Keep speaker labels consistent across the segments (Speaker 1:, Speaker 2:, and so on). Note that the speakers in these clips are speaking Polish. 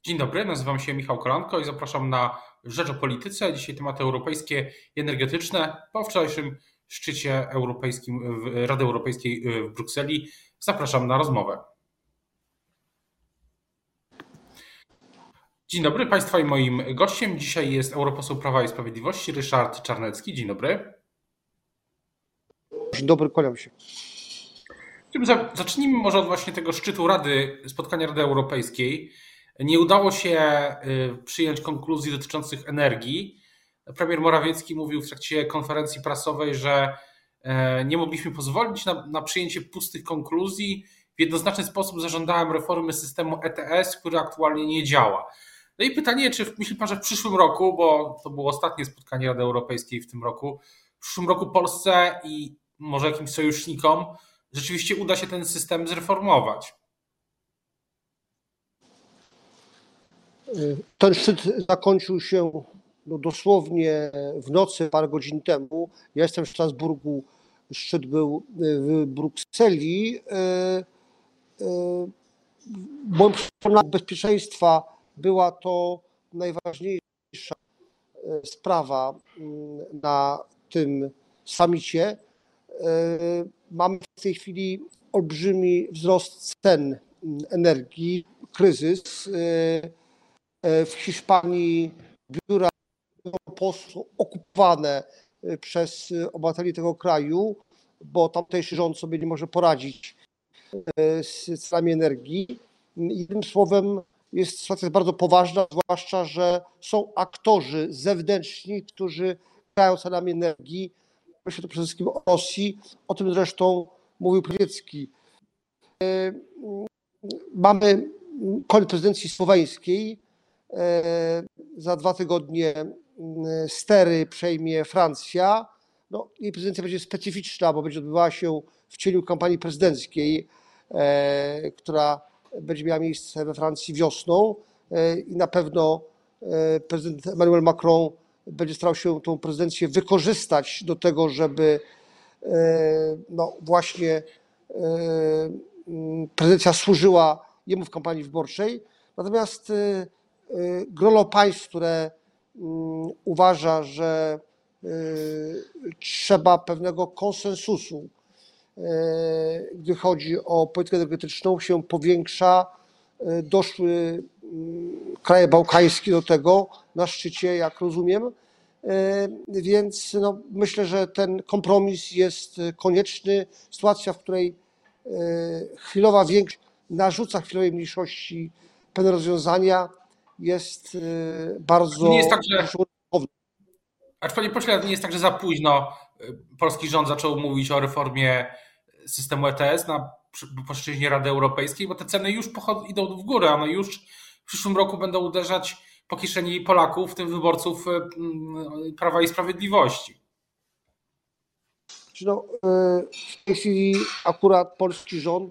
Speaker 1: Dzień dobry, nazywam się Michał Kolanko i zapraszam na Rzecz o Polityce. Dzisiaj tematy europejskie i energetyczne. Po wczorajszym szczycie europejskim Rady Europejskiej w Brukseli zapraszam na rozmowę. Dzień dobry Państwa i moim gościem dzisiaj jest europoseł Prawa i Sprawiedliwości Ryszard Czarnecki. Dzień dobry.
Speaker 2: Dzień dobry, kłaniam się.
Speaker 1: Zacznijmy może od właśnie tego szczytu spotkania Rady Europejskiej. Nie udało się przyjąć konkluzji dotyczących energii. Premier Morawiecki mówił w trakcie konferencji prasowej, że nie mogliśmy pozwolić na przyjęcie pustych konkluzji. W jednoznaczny sposób zażądałem reformy systemu ETS, który aktualnie nie działa. No i pytanie, czy myśli Pan, że w przyszłym roku, bo to było ostatnie spotkanie Rady Europejskiej w tym roku, w przyszłym roku Polsce i może jakimś sojusznikom rzeczywiście uda się ten system zreformować?
Speaker 2: Ten szczyt zakończył się dosłownie w nocy, parę godzin temu. Ja jestem w Strasburgu, szczyt był w Brukseli. Moim przekonaniem bezpieczeństwa była to najważniejsza sprawa na tym summicie. Mamy w tej chwili olbrzymi wzrost cen energii, kryzys. W Hiszpanii biura posłów okupowane przez obywateli tego kraju, bo tamtejszy rząd sobie nie może poradzić z cenami energii. Jednym słowem, sytuacja jest bardzo poważna, zwłaszcza, że są aktorzy zewnętrzni, którzy grają cenami energii. Myślę tu przede wszystkim o Rosji, o tym zresztą mówił Morawiecki. Mamy koniec prezydencji słoweńskiej. Za 2 tygodnie stery przejmie Francja. Jej prezydencja będzie specyficzna, bo będzie odbywała się w cieniu kampanii prezydenckiej, która będzie miała miejsce we Francji wiosną i na pewno prezydent Emmanuel Macron będzie starał się tą prezydencję wykorzystać do tego, żeby właśnie prezydencja służyła jemu w kampanii wyborczej. Natomiast grono państw, które uważa, że trzeba pewnego konsensusu, gdy chodzi o politykę energetyczną, się powiększa. Doszły kraje bałkańskie do tego na szczycie, jak rozumiem. Więc myślę, że ten kompromis jest konieczny. Sytuacja, w której chwilowa większość narzuca chwilowej mniejszości pewne rozwiązania, jest bardzo...
Speaker 1: Nie jest tak, panie pośle, nie jest tak, że za późno polski rząd zaczął mówić o reformie systemu ETS na płaszczyźnie Rady Europejskiej, bo te ceny już idą w górę, one już w przyszłym roku będą uderzać po kieszeni Polaków, w tym wyborców Prawa i Sprawiedliwości.
Speaker 2: W tej chwili akurat polski rząd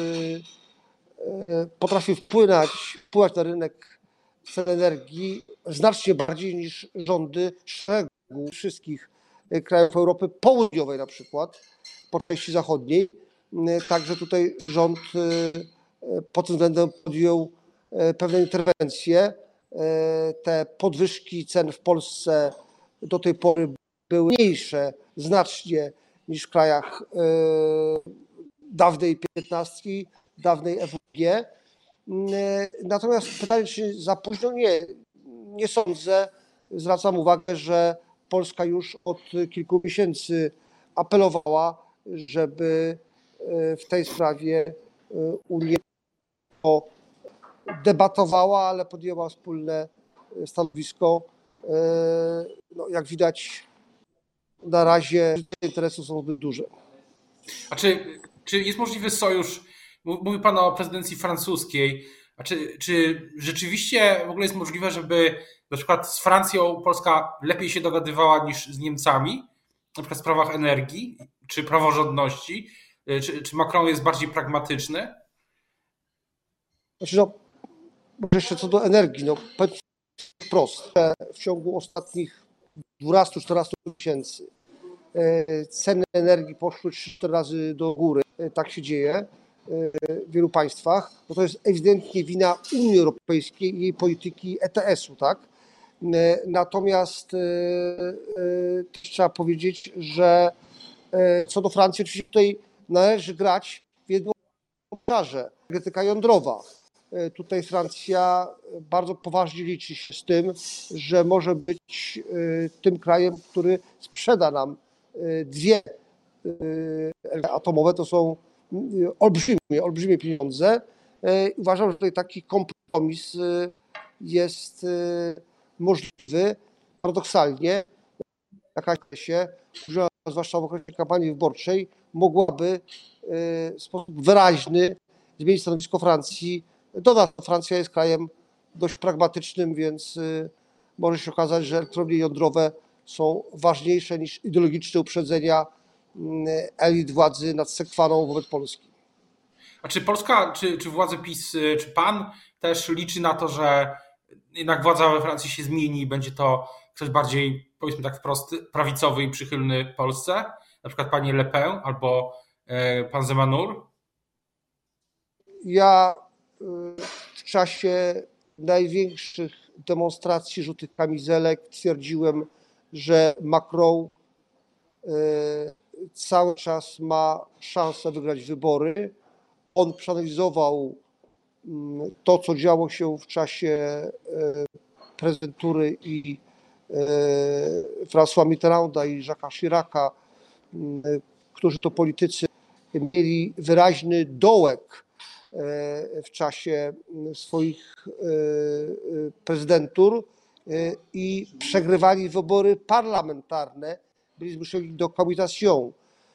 Speaker 2: potrafi wpływać na rynek cen energii znacznie bardziej niż rządy szeregu wszystkich krajów Europy Południowej, na przykład po części zachodniej. Także tutaj rząd pod tym względem podjął pewne interwencje. Te podwyżki cen w Polsce do tej pory były mniejsze znacznie niż w krajach dawnej piętnastki, dawnej EWG. Natomiast pytanie, czy za późno? Nie sądzę. Zwracam uwagę, że Polska już od kilku miesięcy apelowała, żeby w tej sprawie Unia debatowała, ale podjęła wspólne stanowisko. Jak widać, na razie interesy są zbyt duże.
Speaker 1: A czy jest możliwy sojusz? Mówi Pan o prezydencji francuskiej. A czy rzeczywiście w ogóle jest możliwe, żeby na przykład z Francją Polska lepiej się dogadywała niż z Niemcami, na przykład w sprawach energii czy praworządności? Czy Macron jest bardziej pragmatyczny?
Speaker 2: Może jeszcze co do energii, powiedzmy wprost, że w ciągu ostatnich 12-14 miesięcy ceny energii poszły 3-4 razy do góry. Tak się dzieje. w wielu państwach, no to jest ewidentnie wina Unii Europejskiej i jej polityki ETS-u, tak? Natomiast też trzeba powiedzieć, że co do Francji, oczywiście tutaj należy grać w jednym obszarze, energetyka jądrowa. Tutaj Francja bardzo poważnie liczy się z tym, że może być tym krajem, który sprzeda nam dwie atomowe. To są olbrzymie pieniądze. Uważam, że tutaj taki kompromis jest możliwy. Paradoksalnie jakaś się, zwłaszcza w okresie kampanii wyborczej, mogłaby w sposób wyraźny zmienić stanowisko Francji. Dodam, Francja jest krajem dość pragmatycznym, więc może się okazać, że elektrownie jądrowe są ważniejsze niż ideologiczne uprzedzenia elit władzy nad sekwaną wobec Polski.
Speaker 1: A czy Polska, czy władze PiS, czy pan też liczy na to, że jednak władza we Francji się zmieni i będzie to ktoś bardziej, powiedzmy tak wprost, prawicowy i przychylny Polsce? Na przykład pani Le Pen albo pan Zemanur?
Speaker 2: Ja w czasie największych demonstracji żółtych kamizelek twierdziłem, że Macron cały czas ma szansę wygrać wybory. On przeanalizował to, co działo się w czasie prezydentury i François Mitterranda i Jacques'a Chiraca, którzy to politycy mieli wyraźny dołek w czasie swoich prezydentur i przegrywali wybory parlamentarne, byli zmuszeni do cohabitation.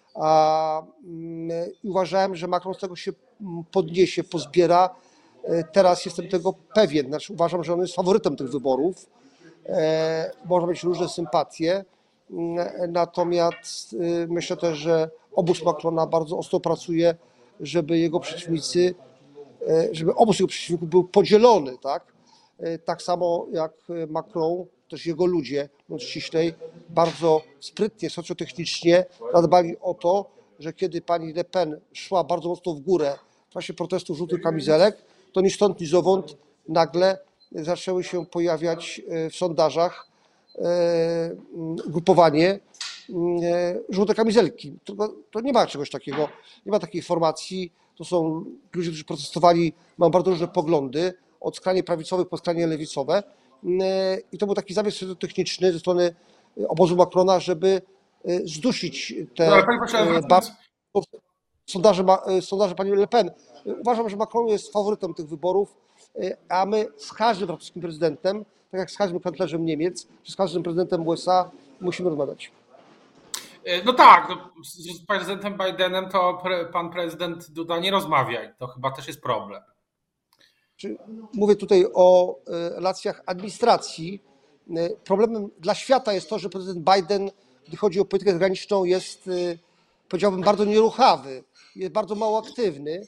Speaker 2: Uważałem, że Macron z tego się podniesie, pozbiera. Teraz jestem tego pewien. Znaczy, uważam, że on jest faworytem tych wyborów. Można mieć różne sympatie, natomiast myślę też, że obóz Macrona bardzo ostro pracuje, żeby jego przeciwnicy, żeby obóz jego przeciwników był podzielony, tak? Tak samo jak Macron, też jego ludzie, mówiąc ściślej, bardzo sprytnie, socjotechnicznie zadbali o to, że kiedy pani Le Pen szła bardzo mocno w górę w czasie protestów żółtych kamizelek, to ni stąd, ni zowąd nagle zaczęły się pojawiać w sondażach ugrupowanie żółte kamizelki. To nie ma czegoś takiego, nie ma takiej formacji. To są ludzie, którzy protestowali, mają bardzo różne poglądy, od skrajnie prawicowych po skrajnie lewicowe. I to był taki zamysł techniczny ze strony obozu Macrona, żeby zdusić te sondaże pani Le Pen. Uważam, że Macron jest faworytem tych wyborów, a my z każdym francuskim prezydentem, tak jak z każdym kanclerzem Niemiec, czy z każdym prezydentem USA musimy rozmawiać.
Speaker 1: No tak, no, z prezydentem Bidenem to pan prezydent Duda nie rozmawia i to chyba też jest problem.
Speaker 2: Mówię tutaj o relacjach administracji. Problemem dla świata jest to, że prezydent Biden, gdy chodzi o politykę zagraniczną, jest, powiedziałbym, bardzo nieruchawy, jest bardzo mało aktywny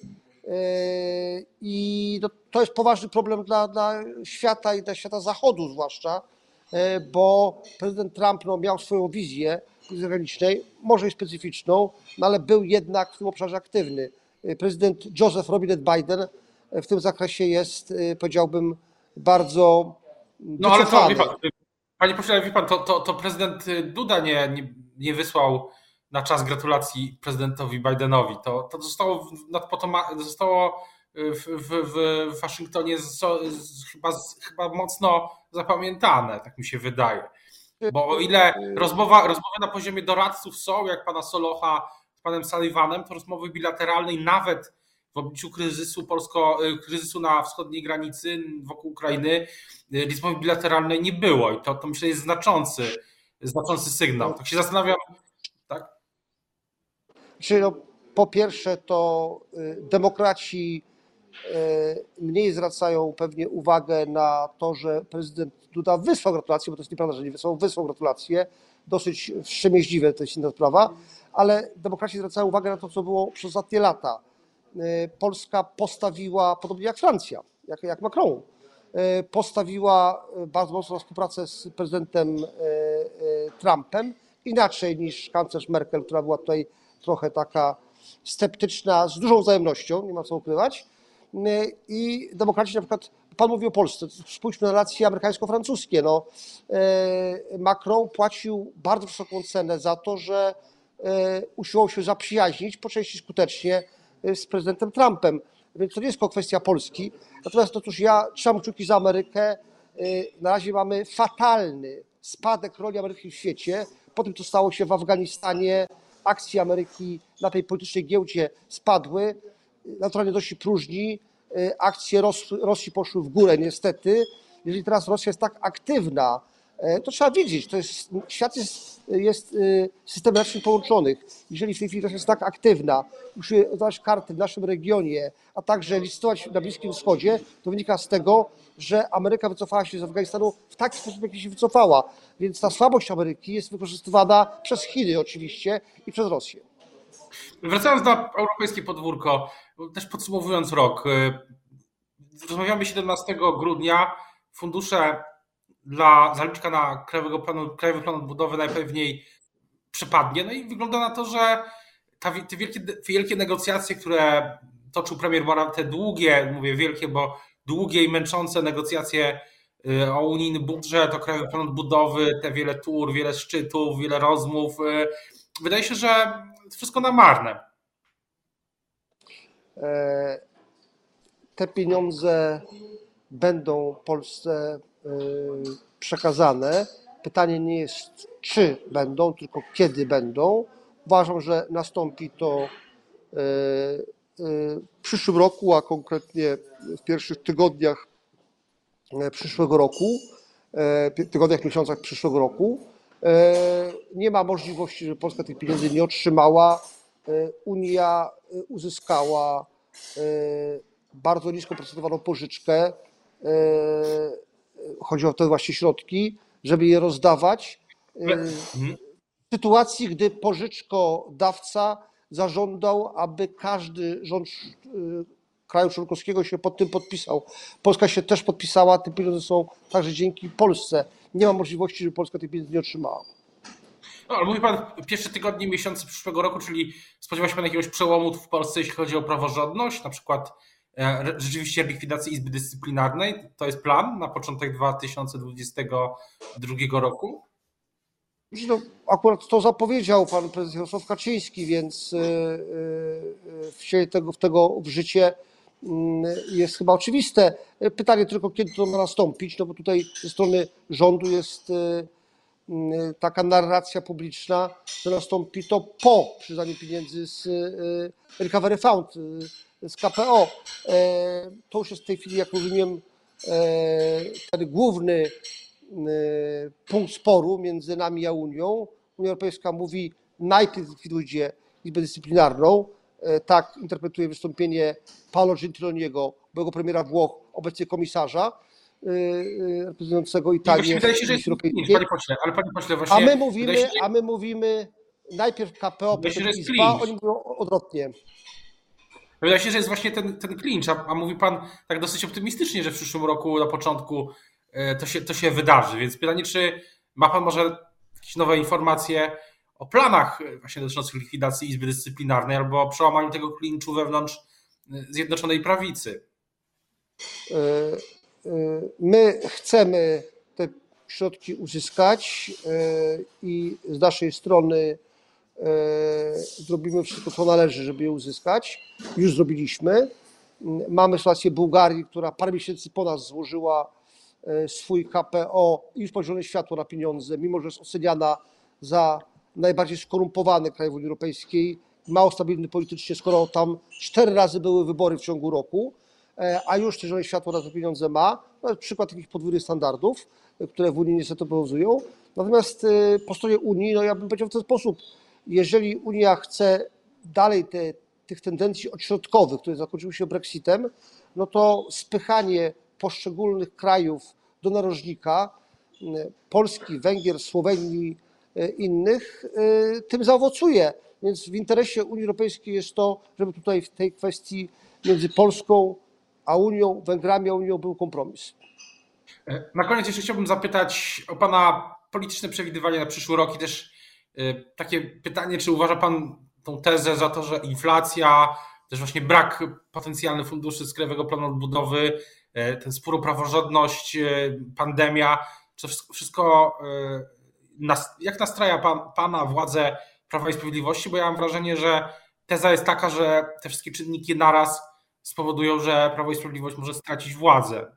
Speaker 2: i to jest poważny problem dla świata i dla świata Zachodu zwłaszcza, bo prezydent Trump miał swoją wizję zagranicznej, może i specyficzną, no ale był jednak w tym obszarze aktywny. Prezydent Joseph Robinette Biden w tym zakresie jest, powiedziałbym, bardzo
Speaker 1: no ale to, wie pan, panie pośle, wie pan, to prezydent Duda nie wysłał na czas gratulacji prezydentowi Bidenowi. To zostało w Waszyngtonie chyba mocno zapamiętane, tak mi się wydaje. Bo o ile rozmowy na poziomie doradców są, jak pana Solocha z panem Sullivanem, to rozmowy bilateralne i nawet w obliczu kryzysu na wschodniej granicy wokół Ukrainy rozmowy bilateralnej nie było i to myślę jest znaczący sygnał. Tak się zastanawiam, tak?
Speaker 2: Czyli po pierwsze to demokraci mniej zwracają pewnie uwagę na to, że prezydent Duda wysłał gratulacje, bo to jest nieprawda, że nie wysłał gratulacje, dosyć wstrzemięźliwe, to jest inna sprawa, ale demokraci zwracają uwagę na to, co było przez ostatnie lata. Polska postawiła, podobnie jak Francja, jak Macron, postawiła bardzo mocno na współpracę z prezydentem Trumpem, inaczej niż kanclerz Merkel, która była tutaj trochę taka sceptyczna, z dużą wzajemnością, nie ma co ukrywać. I demokraci na przykład, pan mówi o Polsce, spójrzmy na relacje amerykańsko-francuskie. No, Macron płacił bardzo wysoką cenę za to, że usiłował się zaprzyjaźnić, po części skutecznie, z prezydentem Trumpem. Więc to nie jest tylko kwestia Polski. Natomiast otóż ja trzymam kciuki za Amerykę. Na razie mamy fatalny spadek roli Ameryki w świecie. Po tym, co stało się w Afganistanie, akcje Ameryki na tej politycznej giełdzie spadły. Naturalnie dość próżni. Akcje Rosji poszły w górę niestety. Jeżeli teraz Rosja jest tak aktywna, to trzeba wiedzieć, świat jest systemem naczyń połączonych. Jeżeli w tej chwili Rosja jest tak aktywna, musi oddawać karty w naszym regionie, a także listować na Bliskim Wschodzie, to wynika z tego, że Ameryka wycofała się z Afganistanu w taki sposób, w jaki się wycofała. Więc ta słabość Ameryki jest wykorzystywana przez Chiny oczywiście i przez Rosję.
Speaker 1: Wracając na europejskie podwórko, też podsumowując rok, rozmawiamy 17 grudnia, fundusze dla zaliczka na Krajowy Plan Odbudowy najpewniej przepadnie. No i wygląda na to, że te wielkie negocjacje, które toczył premier Morawiecki, te długie, mówię wielkie, bo długie i męczące negocjacje o unijny budżet, o Krajowy Plan Odbudowy, te wiele tur, wiele szczytów, wiele rozmów, wydaje się, że wszystko na marne.
Speaker 2: Te pieniądze będą Polsce przekazane. Pytanie nie jest, czy będą, tylko kiedy będą. Uważam, że nastąpi to w przyszłym roku, a konkretnie w pierwszych tygodniach przyszłego roku, miesiącach przyszłego roku. Nie ma możliwości, że Polska tych pieniędzy nie otrzymała. Unia uzyskała bardzo nisko procentowaną pożyczkę. Chodzi o te właśnie środki, żeby je rozdawać. W sytuacji, gdy pożyczkodawca zażądał, aby każdy rząd kraju członkowskiego się pod tym podpisał. Polska się też podpisała, te pieniądze są także dzięki Polsce. Nie ma możliwości, żeby Polska tych pieniędzy nie otrzymała.
Speaker 1: No, ale mówi pan pierwsze tygodnie, miesiące przyszłego roku, czyli spodziewa się pan jakiegoś przełomu w Polsce, jeśli chodzi o praworządność, na przykład rzeczywiście likwidacji Izby Dyscyplinarnej. To jest plan na początek 2022 roku?
Speaker 2: No, akurat to zapowiedział pan prezydent Jarosław Kaczyński, więc wcielenie tego w życie jest chyba oczywiste. Pytanie tylko, kiedy to ma nastąpić, no bo tutaj ze strony rządu jest taka narracja publiczna, że nastąpi to po przyznaniu pieniędzy z Recovery Fund, z KPO. To już jest w tej chwili, jak rozumiem, ten główny punkt sporu między nami a Unią. Unia Europejska mówi, najpierw zlikwidujcie Izbę Dyscyplinarną. Tak interpretuje wystąpienie Paolo Gentiloniego, byłego premiera Włoch, obecnie komisarza reprezentującego Italię.
Speaker 1: Wydaje się, że jest panie pośle, ale panie pośle, właśnie.
Speaker 2: A my mówimy najpierw KPO, potem Izba, oni mówią odwrotnie.
Speaker 1: Wydaje się, że jest właśnie ten klincz, a mówi pan tak dosyć optymistycznie, że w przyszłym roku na początku to się wydarzy. Więc pytanie, czy ma pan może jakieś nowe informacje o planach właśnie dotyczących likwidacji Izby Dyscyplinarnej albo o przełamaniu tego klinczu wewnątrz Zjednoczonej Prawicy?
Speaker 2: My chcemy te środki uzyskać i z naszej strony zrobimy wszystko, co należy, żeby je uzyskać. Już zrobiliśmy. Mamy sytuację Bułgarii, która parę miesięcy po nas złożyła swój KPO i już położone światło na pieniądze, mimo że jest oceniana za najbardziej skorumpowany kraj w Unii Europejskiej, mało stabilny politycznie, skoro tam 4 razy były wybory w ciągu roku, a już zielone światło na te pieniądze ma. To jest przykład takich podwójnych standardów, które w Unii niestety obowiązują. Natomiast po stronie Unii, no ja bym powiedział w ten sposób, jeżeli Unia chce dalej tych tendencji odśrodkowych, które zakończyły się Brexitem, no to spychanie poszczególnych krajów do narożnika, Polski, Węgier, Słowenii, innych, tym zaowocuje. Więc w interesie Unii Europejskiej jest to, żeby tutaj w tej kwestii między Polską a Unią, Węgrami a Unią był kompromis.
Speaker 1: Na koniec jeszcze chciałbym zapytać o pana polityczne przewidywania na przyszły rok i też takie pytanie, czy uważa pan tą tezę za to, że inflacja, też właśnie brak potencjalnych funduszy z Krajowego Planu Odbudowy, ten spór o praworządność, pandemia, to wszystko jak nastraja pana władzę Prawa i Sprawiedliwości, bo ja mam wrażenie, że teza jest taka, że te wszystkie czynniki naraz spowodują, że Prawo i Sprawiedliwość może stracić władzę.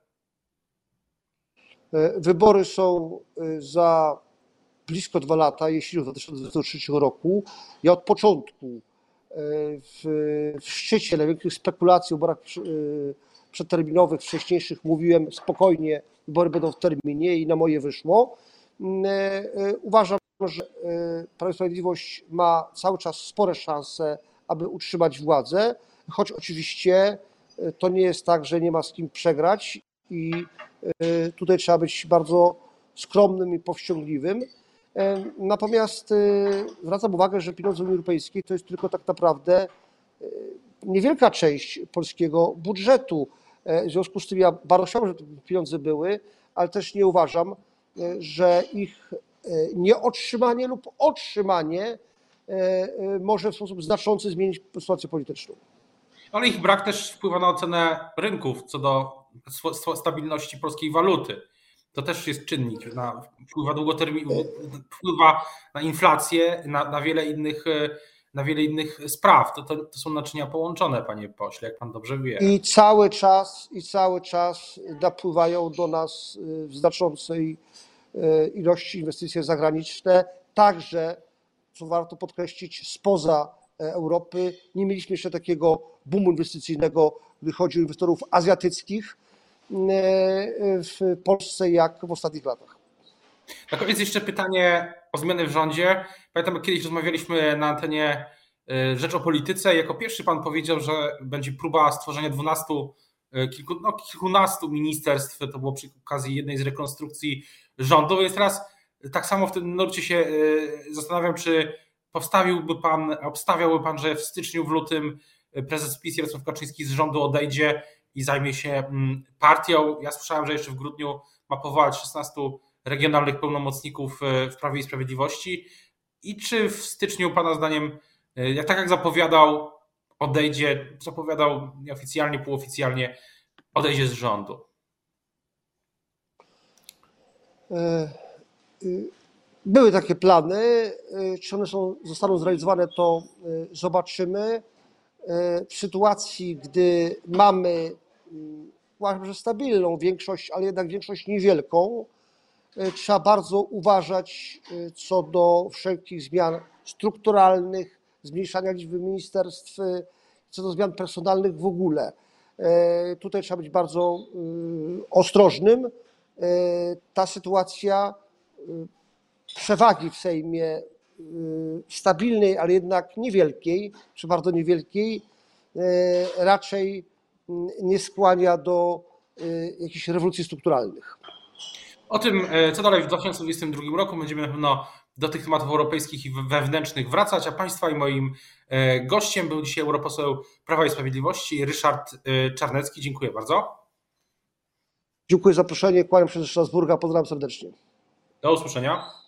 Speaker 2: Wybory są za blisko 2 lata, jesienią 2023 roku. Ja od początku w szczycie największych spekulacji o wyborach przedterminowych, wcześniejszych mówiłem spokojnie, wybory będą w terminie i na moje wyszło. Uważam, że Prawo i Sprawiedliwość ma cały czas spore szanse, aby utrzymać władzę, choć oczywiście to nie jest tak, że nie ma z kim przegrać i tutaj trzeba być bardzo skromnym i powściągliwym. Natomiast zwracam uwagę, że pieniądze Unii Europejskiej to jest tylko tak naprawdę niewielka część polskiego budżetu. W związku z tym ja bardzo chciałbym, żeby te pieniądze były, ale też nie uważam, że ich nieotrzymanie lub otrzymanie może w sposób znaczący zmienić sytuację polityczną.
Speaker 1: Ale ich brak też wpływa na ocenę rynków co do stabilności polskiej waluty. To też jest czynnik, wpływa na inflację, na wiele innych spraw. To są naczynia połączone, panie pośle, jak pan dobrze wie.
Speaker 2: I cały czas napływają do nas w znaczącej ilości inwestycje zagraniczne, także, co warto podkreślić, spoza Europy. Nie mieliśmy jeszcze takiego boomu inwestycyjnego, gdy chodzi o inwestorów azjatyckich w Polsce, jak w ostatnich latach.
Speaker 1: Na koniec jeszcze pytanie o zmiany w rządzie. Pamiętam, jak kiedyś rozmawialiśmy na antenie Rzecz o Polityce. Jako pierwszy pan powiedział, że będzie próba stworzenia kilkunastu ministerstw. To było przy okazji jednej z rekonstrukcji rządu. Więc teraz tak samo w tym nurcie się zastanawiam, czy obstawiałby pan, że w styczniu, w lutym prezes PiS Jarosław Kaczyński z rządu odejdzie i zajmie się partią. Ja słyszałem, że jeszcze w grudniu ma powołać 16 regionalnych pełnomocników w Prawie i Sprawiedliwości. I czy w styczniu pana zdaniem, jak zapowiadał, zapowiadał nieoficjalnie, półoficjalnie, odejdzie z rządu?
Speaker 2: Były takie plany. Czy one zostaną zrealizowane, to zobaczymy. W sytuacji, gdy mamy, uważam, że stabilną większość, ale jednak większość niewielką, trzeba bardzo uważać co do wszelkich zmian strukturalnych, zmniejszania liczby ministerstw, co do zmian personalnych w ogóle. Tutaj trzeba być bardzo ostrożnym. Ta sytuacja przewagi w Sejmie stabilnej, ale jednak niewielkiej, czy bardzo niewielkiej, raczej nie skłania do jakichś rewolucji strukturalnych.
Speaker 1: O tym, co dalej w 2022 roku, będziemy na pewno do tych tematów europejskich i wewnętrznych wracać, a państwa i moim gościem był dzisiaj europoseł Prawa i Sprawiedliwości Ryszard Czarnecki. Dziękuję bardzo.
Speaker 2: Dziękuję za zaproszenie, kłaniam się ze Strasburga, pozdrawiam serdecznie.
Speaker 1: Do usłyszenia.